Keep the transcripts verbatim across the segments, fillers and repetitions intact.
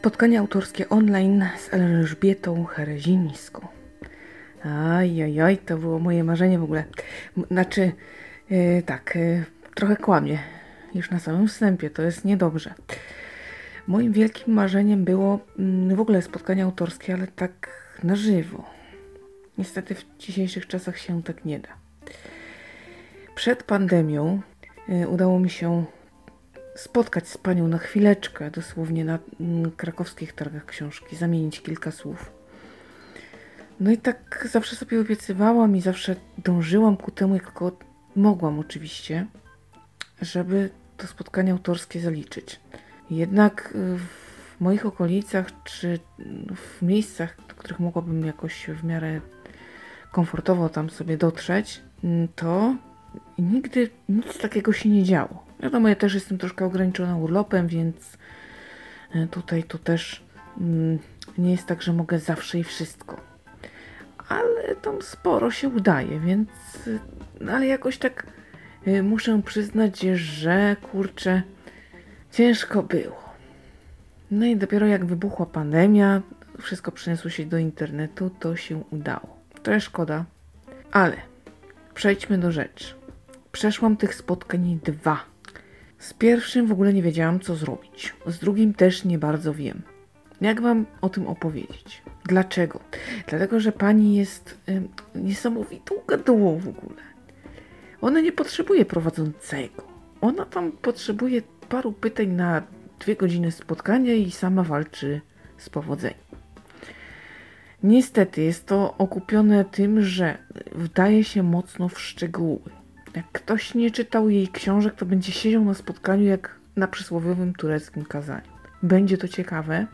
Spotkanie autorskie online z Elżbietą Herezińską. Ajajaj, to było moje marzenie w ogóle. Znaczy, yy, tak, yy, trochę kłamie. Już na samym wstępie, to jest niedobrze. Moim wielkim marzeniem było yy, w ogóle spotkanie autorskie, ale tak na żywo. Niestety w dzisiejszych czasach się tak nie da. Przed pandemią yy, udało mi się spotkać z panią na chwileczkę, dosłownie na mm, krakowskich targach książki, zamienić kilka słów. No i tak zawsze sobie obiecywałam i zawsze dążyłam ku temu, jak tylko mogłam oczywiście, żeby to spotkanie autorskie zaliczyć. Jednak w moich okolicach, czy w miejscach, do których mogłabym jakoś w miarę komfortowo tam sobie dotrzeć, to nigdy nic takiego się nie działo. Wiadomo, ja też jestem troszkę ograniczona urlopem, więc tutaj to też nie jest tak, że mogę zawsze i wszystko. Ale tam sporo się udaje, więc no ale jakoś tak muszę przyznać, że kurczę, ciężko było. No i dopiero jak wybuchła pandemia, wszystko przeniosło się do internetu, to się udało. Trochę szkoda, ale przejdźmy do rzeczy. Przeszłam tych spotkań dwa. Z pierwszym w ogóle nie wiedziałam, co zrobić. Z drugim też nie bardzo wiem. Jak wam o tym opowiedzieć? Dlaczego? Dlatego, że pani jest y, niesamowitą gadułą w ogóle. Ona nie potrzebuje prowadzącego. Ona tam potrzebuje paru pytań na dwie godziny spotkania i sama walczy z powodzeniem. Niestety jest to okupione tym, że wdaje się mocno w szczegóły. Jak ktoś nie czytał jej książek, to będzie siedział na spotkaniu jak na przysłowiowym tureckim kazaniu. Będzie to ciekawe,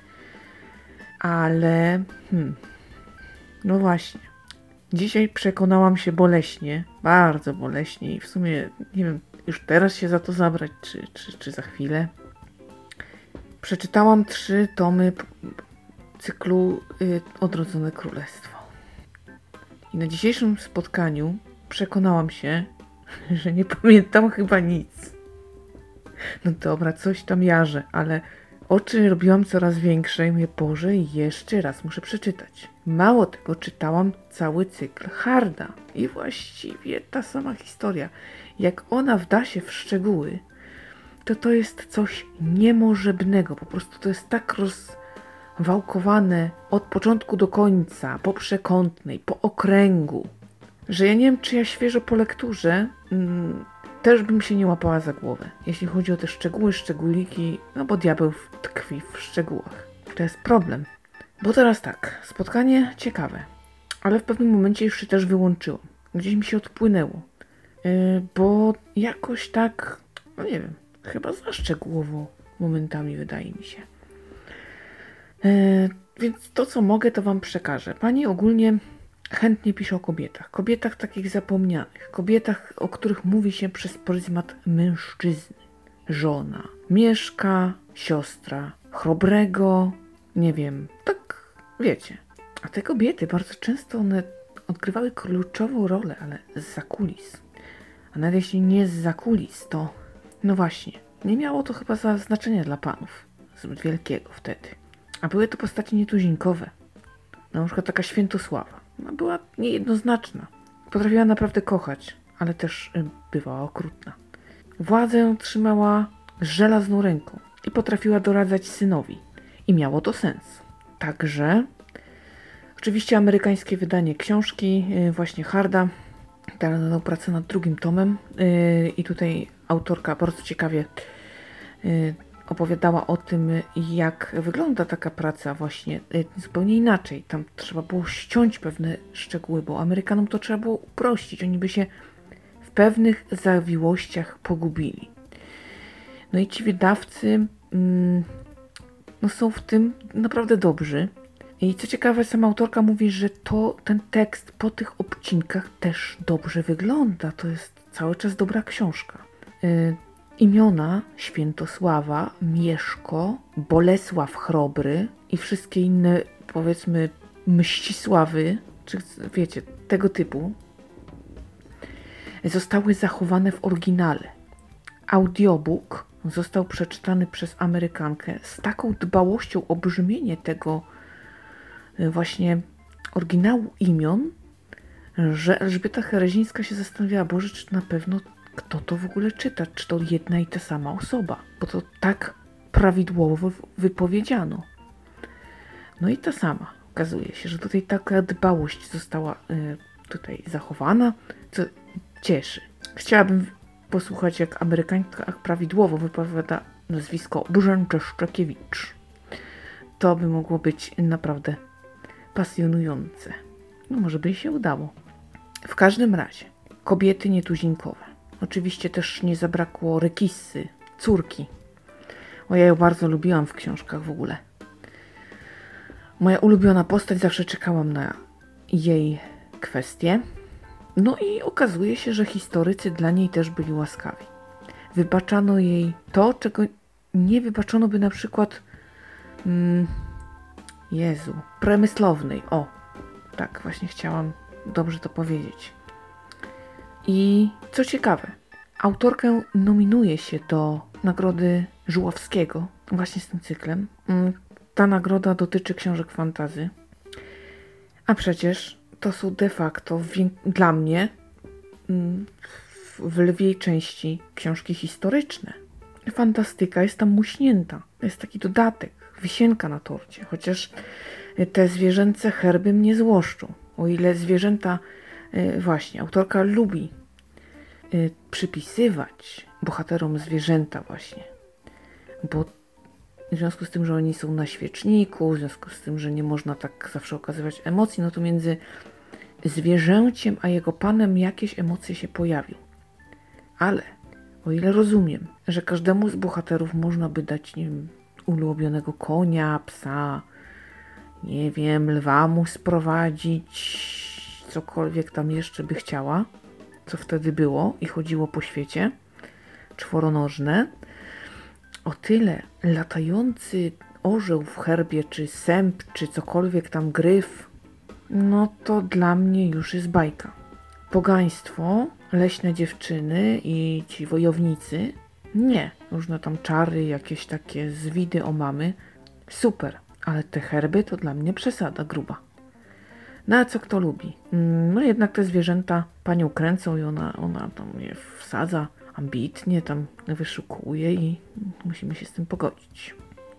ale hmm, no właśnie. Dzisiaj przekonałam się boleśnie, bardzo boleśnie i w sumie nie wiem, już teraz się za to zabrać, czy, czy, czy za chwilę. Przeczytałam trzy tomy cyklu y, Odrodzone Królestwo. I na dzisiejszym spotkaniu przekonałam się, że nie pamiętam chyba nic. No dobra, coś tam jarzę, ale oczy robiłam coraz większe i mówię, Boże, jeszcze raz muszę przeczytać. Mało tego, czytałam cały cykl Harda. I właściwie ta sama historia. Jak ona wda się w szczegóły, to to jest coś niemożebnego. Po prostu to jest tak rozwałkowane od początku do końca, po przekątnej, po okręgu, że ja nie wiem, czy ja świeżo po lekturze mm, też bym się nie łapała za głowę. Jeśli chodzi o te szczegóły, szczególiki, no bo diabeł tkwi w szczegółach. To jest problem. Bo teraz tak, spotkanie ciekawe, ale w pewnym momencie już się też wyłączyło. Gdzieś mi się odpłynęło. Yy, bo jakoś tak, no nie wiem, chyba za szczegółowo momentami wydaje mi się. Yy, więc to, co mogę, to wam przekażę. Pani ogólnie chętnie pisze o kobietach. Kobietach takich zapomnianych. Kobietach, o których mówi się przez pryzmat mężczyzny. Żona, Mieszka, siostra, chrobrego, nie wiem, tak wiecie. A te kobiety bardzo często one odgrywały kluczową rolę, ale zza kulis. A nawet jeśli nie zza kulis, to no właśnie, nie miało to chyba za znaczenia dla panów. Zbyt wielkiego wtedy. A były to postacie nietuzinkowe. Na przykład taka Świętosława. Ona była niejednoznaczna. Potrafiła naprawdę kochać, ale też y, bywała okrutna. Władzę trzymała żelazną ręką i potrafiła doradzać synowi. I miało to sens. Także oczywiście amerykańskie wydanie książki, y, właśnie Harda. Teraz nadał pracę nad drugim tomem y, i tutaj autorka bardzo ciekawie y, opowiadała o tym, jak wygląda taka praca właśnie zupełnie inaczej. Tam trzeba było ściąć pewne szczegóły, bo Amerykanom to trzeba było uprościć. Oni by się w pewnych zawiłościach pogubili. No i ci wydawcy mm, no są w tym naprawdę dobrzy. I co ciekawe, sama autorka mówi, że to ten tekst po tych odcinkach też dobrze wygląda. To jest cały czas dobra książka. Yy, Imiona Świętosława, Mieszko, Bolesław Chrobry i wszystkie inne, powiedzmy, Mścisławy, czy wiecie, tego typu, zostały zachowane w oryginale. Audiobook został przeczytany przez Amerykankę z taką dbałością o brzmienie tego właśnie oryginału imion, że Elżbieta Herezińska się zastanawiała, Boże, czy na pewno kto to w ogóle czyta, czy to jedna i ta sama osoba, bo to tak prawidłowo wypowiedziano. No i ta sama. Okazuje się, że tutaj taka dbałość została y, tutaj zachowana, co cieszy. Chciałabym posłuchać, jak Amerykanka prawidłowo wypowiada nazwisko Brzęczeszczekiewicz. To by mogło być naprawdę pasjonujące. No może by się udało. W każdym razie, kobiety nietuzinkowe. Oczywiście też nie zabrakło Rekissy, córki. O, ja ją bardzo lubiłam w książkach w ogóle. Moja ulubiona postać, zawsze czekałam na jej kwestie. No i okazuje się, że historycy dla niej też byli łaskawi. Wybaczano jej to, czego nie wybaczono by na przykład mm, Jezu, Przemysłownej. O, tak właśnie chciałam dobrze to powiedzieć. I co ciekawe, autorkę nominuje się do Nagrody Żuławskiego właśnie z tym cyklem. Ta nagroda dotyczy książek fantasy. A przecież to są de facto w, dla mnie w lwiej części książki historyczne. Fantastyka jest tam muśnięta. To jest taki dodatek, wisienka na torcie. Chociaż te zwierzęce herby mnie złoszczą. O ile zwierzęta, właśnie, autorka lubi przypisywać bohaterom zwierzęta właśnie. Bo w związku z tym, że oni są na świeczniku, w związku z tym, że nie można tak zawsze okazywać emocji, no to między zwierzęciem a jego panem jakieś emocje się pojawią. Ale o ile rozumiem, że każdemu z bohaterów można by dać, nie wiem, ulubionego konia, psa, nie wiem, lwa mu sprowadzić, cokolwiek tam jeszcze by chciała, co wtedy było i chodziło po świecie, czworonożne, o tyle latający orzeł w herbie, czy sęp, czy cokolwiek tam, gryf, no to dla mnie już jest bajka. Pogaństwo, leśne dziewczyny i ci wojownicy, nie. Różne tam czary, jakieś takie zwidy o mamy, super. Ale te herby to dla mnie przesada gruba. No a co kto lubi? No jednak te zwierzęta panią kręcą i ona, ona tam je wsadza ambitnie, tam wyszukuje i musimy się z tym pogodzić.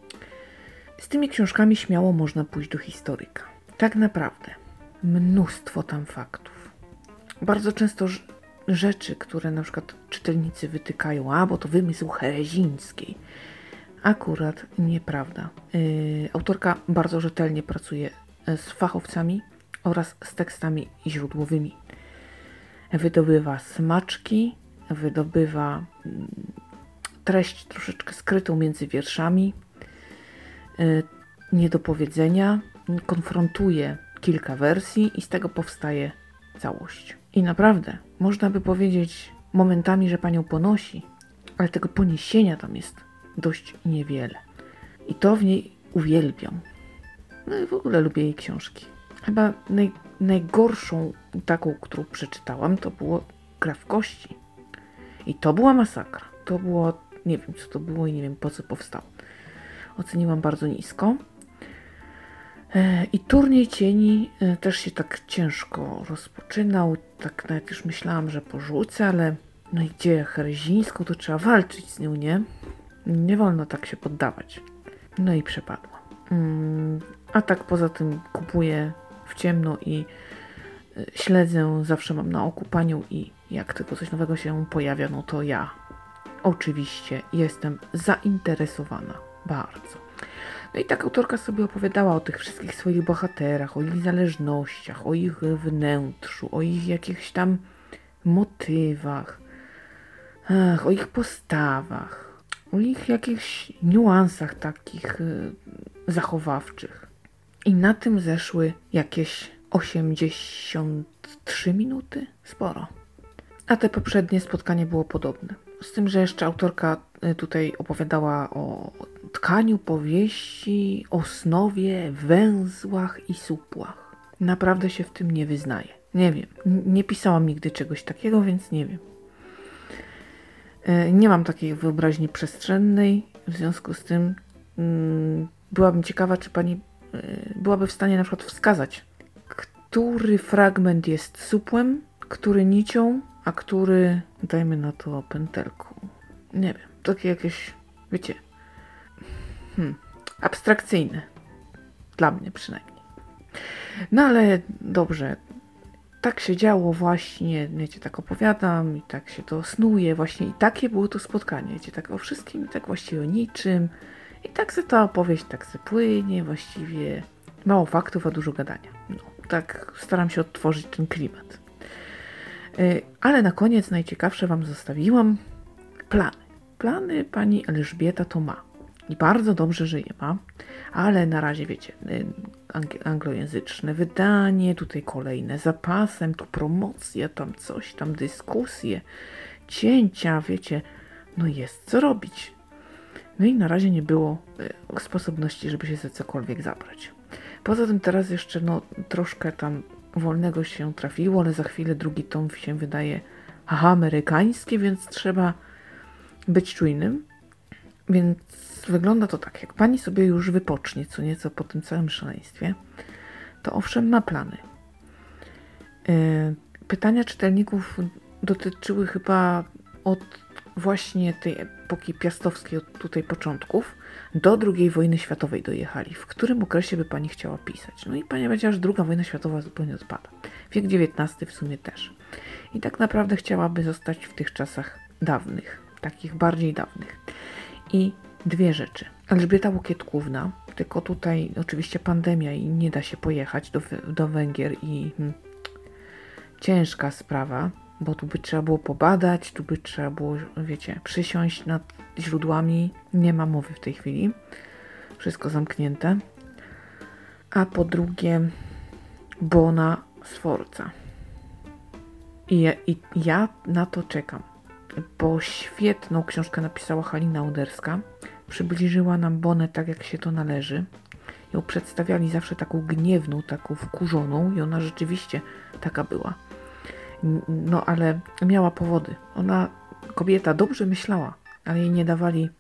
Z tymi książkami śmiało można pójść do historyka. Tak naprawdę mnóstwo tam faktów. Bardzo często rzeczy, które na przykład czytelnicy wytykają, a bo to wymysł Herezińskiej. Akurat nieprawda. Yy, autorka bardzo rzetelnie pracuje z fachowcami oraz z tekstami źródłowymi. Wydobywa smaczki, wydobywa treść troszeczkę skrytą między wierszami, yy, niedopowiedzenia, konfrontuje kilka wersji i z tego powstaje całość. I naprawdę, można by powiedzieć momentami, że panią ponosi, ale tego poniesienia tam jest dość niewiele. I to w niej uwielbiam. No i w ogóle lubię jej książki. Chyba naj, najgorszą taką, którą przeczytałam, to było Gra w kości. I to była masakra. To było, nie wiem co to było i nie wiem po co powstało. Oceniłam bardzo nisko. I Turniej Cieni też się tak ciężko rozpoczynał. Tak nawet już myślałam, że porzucę, ale no i gdzie Herezińską, to trzeba walczyć z nią, nie? Nie wolno tak się poddawać. No i przepadła. A tak poza tym kupuję w ciemno i śledzę, zawsze mam na oku panią i jak tylko coś nowego się pojawia, no to ja oczywiście jestem zainteresowana bardzo. No i tak autorka sobie opowiadała o tych wszystkich swoich bohaterach, o ich zależnościach, o ich wnętrzu, o ich jakichś tam motywach, ach, o ich postawach, o ich jakichś niuansach takich y, zachowawczych. I na tym zeszły jakieś osiemdziesiąt trzy minuty? Sporo. A te poprzednie spotkanie było podobne. Z tym, że jeszcze autorka tutaj opowiadała o tkaniu powieści, osnowie, węzłach i supłach. Naprawdę się w tym nie wyznaję. Nie wiem. Nie pisałam nigdy czegoś takiego, więc nie wiem. E, Nie mam takiej wyobraźni przestrzennej, w związku z tym mm, byłabym ciekawa, czy pani e, byłaby w stanie na przykład wskazać, który fragment jest supłem, który nicią, a który, dajmy na to, pętelką. Nie wiem, takie jakieś, wiecie, hmm, abstrakcyjne. Dla mnie przynajmniej. No ale dobrze, tak się działo właśnie, wiecie, tak opowiadam i tak się to snuje właśnie i takie było to spotkanie, wiecie, tak o wszystkim i tak właściwie o niczym i tak se ta opowieść tak se płynie, właściwie mało faktów, a dużo gadania. No, tak staram się odtworzyć ten klimat. Yy, ale na koniec najciekawsze wam zostawiłam plany. Plany pani Elżbieta to ma i bardzo dobrze, że je ma, ale na razie wiecie, ang- anglojęzyczne wydanie, tutaj kolejne zapasem, tu promocja, tam coś, tam dyskusje, cięcia, wiecie, no jest co robić. No i na razie nie było e, sposobności, żeby się za cokolwiek zabrać. Poza tym teraz jeszcze no troszkę tam wolnego się trafiło, ale za chwilę drugi tom się wydaje aha, amerykański, więc trzeba być czujnym. Więc wygląda to tak, jak pani sobie już wypocznie co nieco po tym całym szaleństwie, to owszem ma plany. Yy, pytania czytelników dotyczyły chyba od właśnie tej epoki piastowskiej, od tutaj początków, do drugiej wojny światowej dojechali. W którym okresie by pani chciała pisać? No i pani powiedziała, że druga wojna światowa zupełnie odpada. Wiek dziewiętnasty w sumie też. I tak naprawdę chciałaby zostać w tych czasach dawnych, takich bardziej dawnych. I dwie rzeczy. Elżbieta Łokietkówna, tylko tutaj oczywiście pandemia i nie da się pojechać do, do Węgier i hmm, ciężka sprawa, bo tu by trzeba było pobadać, tu by trzeba było, wiecie, przysiąść nad źródłami. Nie ma mowy w tej chwili. Wszystko zamknięte. A po drugie Bona Sforza. I ja, I ja na to czekam, bo świetną książkę napisała Halina Uderska. Przybliżyła nam Bonę tak, jak się to należy. Ją przedstawiali zawsze taką gniewną, taką wkurzoną i ona rzeczywiście taka była. No ale miała powody. Ona, kobieta, dobrze myślała, ale jej nie dawali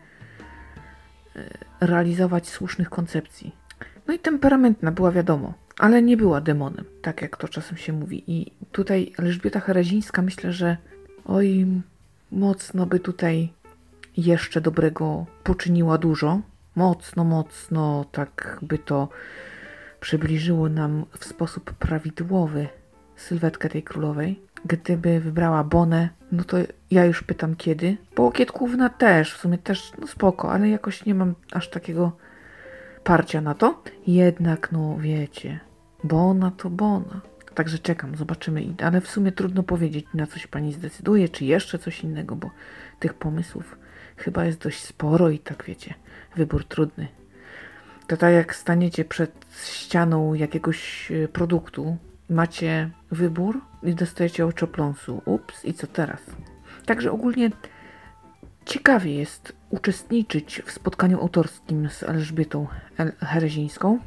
realizować słusznych koncepcji. No i temperamentna była, wiadomo, ale nie była demonem, tak jak to czasem się mówi. I tutaj Elżbieta Herezińska, myślę, że oj, mocno by tutaj jeszcze dobrego poczyniła dużo. Mocno, mocno tak by to przybliżyło nam w sposób prawidłowy sylwetkę tej królowej. Gdyby wybrała Bonę, no to ja już pytam kiedy. Bo Łokietkówna też, w sumie też, no spoko, ale jakoś nie mam aż takiego parcia na to. Jednak, no wiecie, Bona to Bona. Także czekam, zobaczymy. Ale w sumie trudno powiedzieć, na co się pani zdecyduje, czy jeszcze coś innego, bo tych pomysłów chyba jest dość sporo i tak wiecie, wybór trudny. To tak jak staniecie przed ścianą jakiegoś produktu, macie wybór i dostajecie oczopląsu. Ups, i co teraz? Także ogólnie ciekawie jest uczestniczyć w spotkaniu autorskim z Elżbietą Herezińską.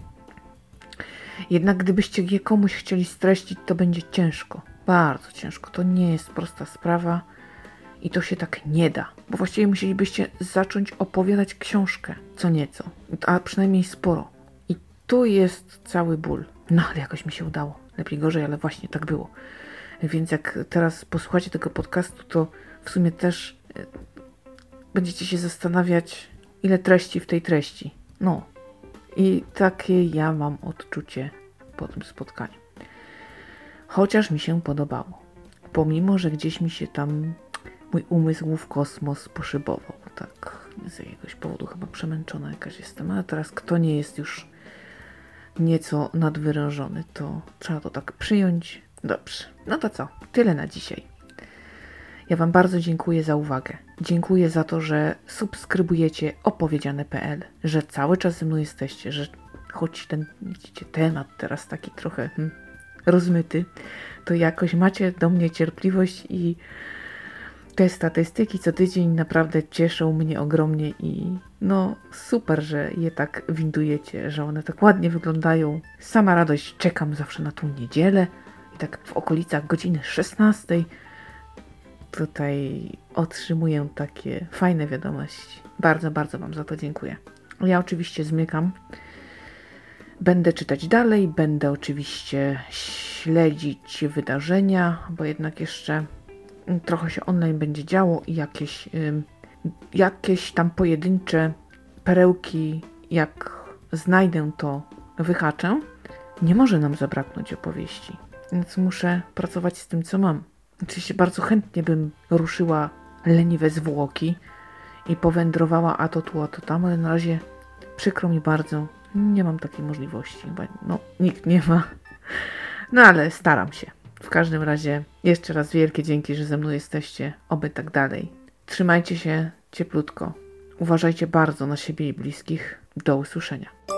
Jednak gdybyście je komuś chcieli streścić, to będzie ciężko. Bardzo ciężko. To nie jest prosta sprawa i to się tak nie da. Bo właściwie musielibyście zacząć opowiadać książkę co nieco, a przynajmniej sporo. I tu jest cały ból. No ale jakoś mi się udało. Lepiej gorzej, ale właśnie tak było. Więc jak teraz posłuchacie tego podcastu, to w sumie też e, będziecie się zastanawiać, ile treści w tej treści. No. I takie ja mam odczucie po tym spotkaniu. Chociaż mi się podobało. Pomimo, że gdzieś mi się tam mój umysł w kosmos poszybował. Tak, z jakiegoś powodu chyba przemęczona jakaś jestem. Ale teraz kto nie jest już nieco nadwyrężony, to trzeba to tak przyjąć. Dobrze. No to co? Tyle na dzisiaj. Ja wam bardzo dziękuję za uwagę. Dziękuję za to, że subskrybujecie opowiedziane kropka pe el, że cały czas ze mną jesteście, że choć ten, widzicie, temat teraz taki trochę hmm, rozmyty, to jakoś macie do mnie cierpliwość i te statystyki co tydzień naprawdę cieszą mnie ogromnie i no super, że je tak windujecie, że one tak ładnie wyglądają. Sama radość, czekam zawsze na tą niedzielę i tak w okolicach godziny szesnastej tutaj otrzymuję takie fajne wiadomości. Bardzo, bardzo Wam za to dziękuję. Ja oczywiście zmykam. Będę czytać dalej, będę oczywiście śledzić wydarzenia, bo jednak jeszcze trochę się online będzie działo i jakieś, y, jakieś tam pojedyncze perełki, jak znajdę, to wyhaczę. Nie może nam zabraknąć opowieści, więc muszę pracować z tym, co mam. Oczywiście bardzo chętnie bym ruszyła leniwe zwłoki i powędrowała a to tu, a to tam, ale na razie przykro mi bardzo, nie mam takiej możliwości, bo no, nikt nie ma. No ale staram się. W każdym razie jeszcze raz wielkie dzięki, że ze mną jesteście. Oby tak dalej. Trzymajcie się cieplutko. Uważajcie bardzo na siebie i bliskich. Do usłyszenia.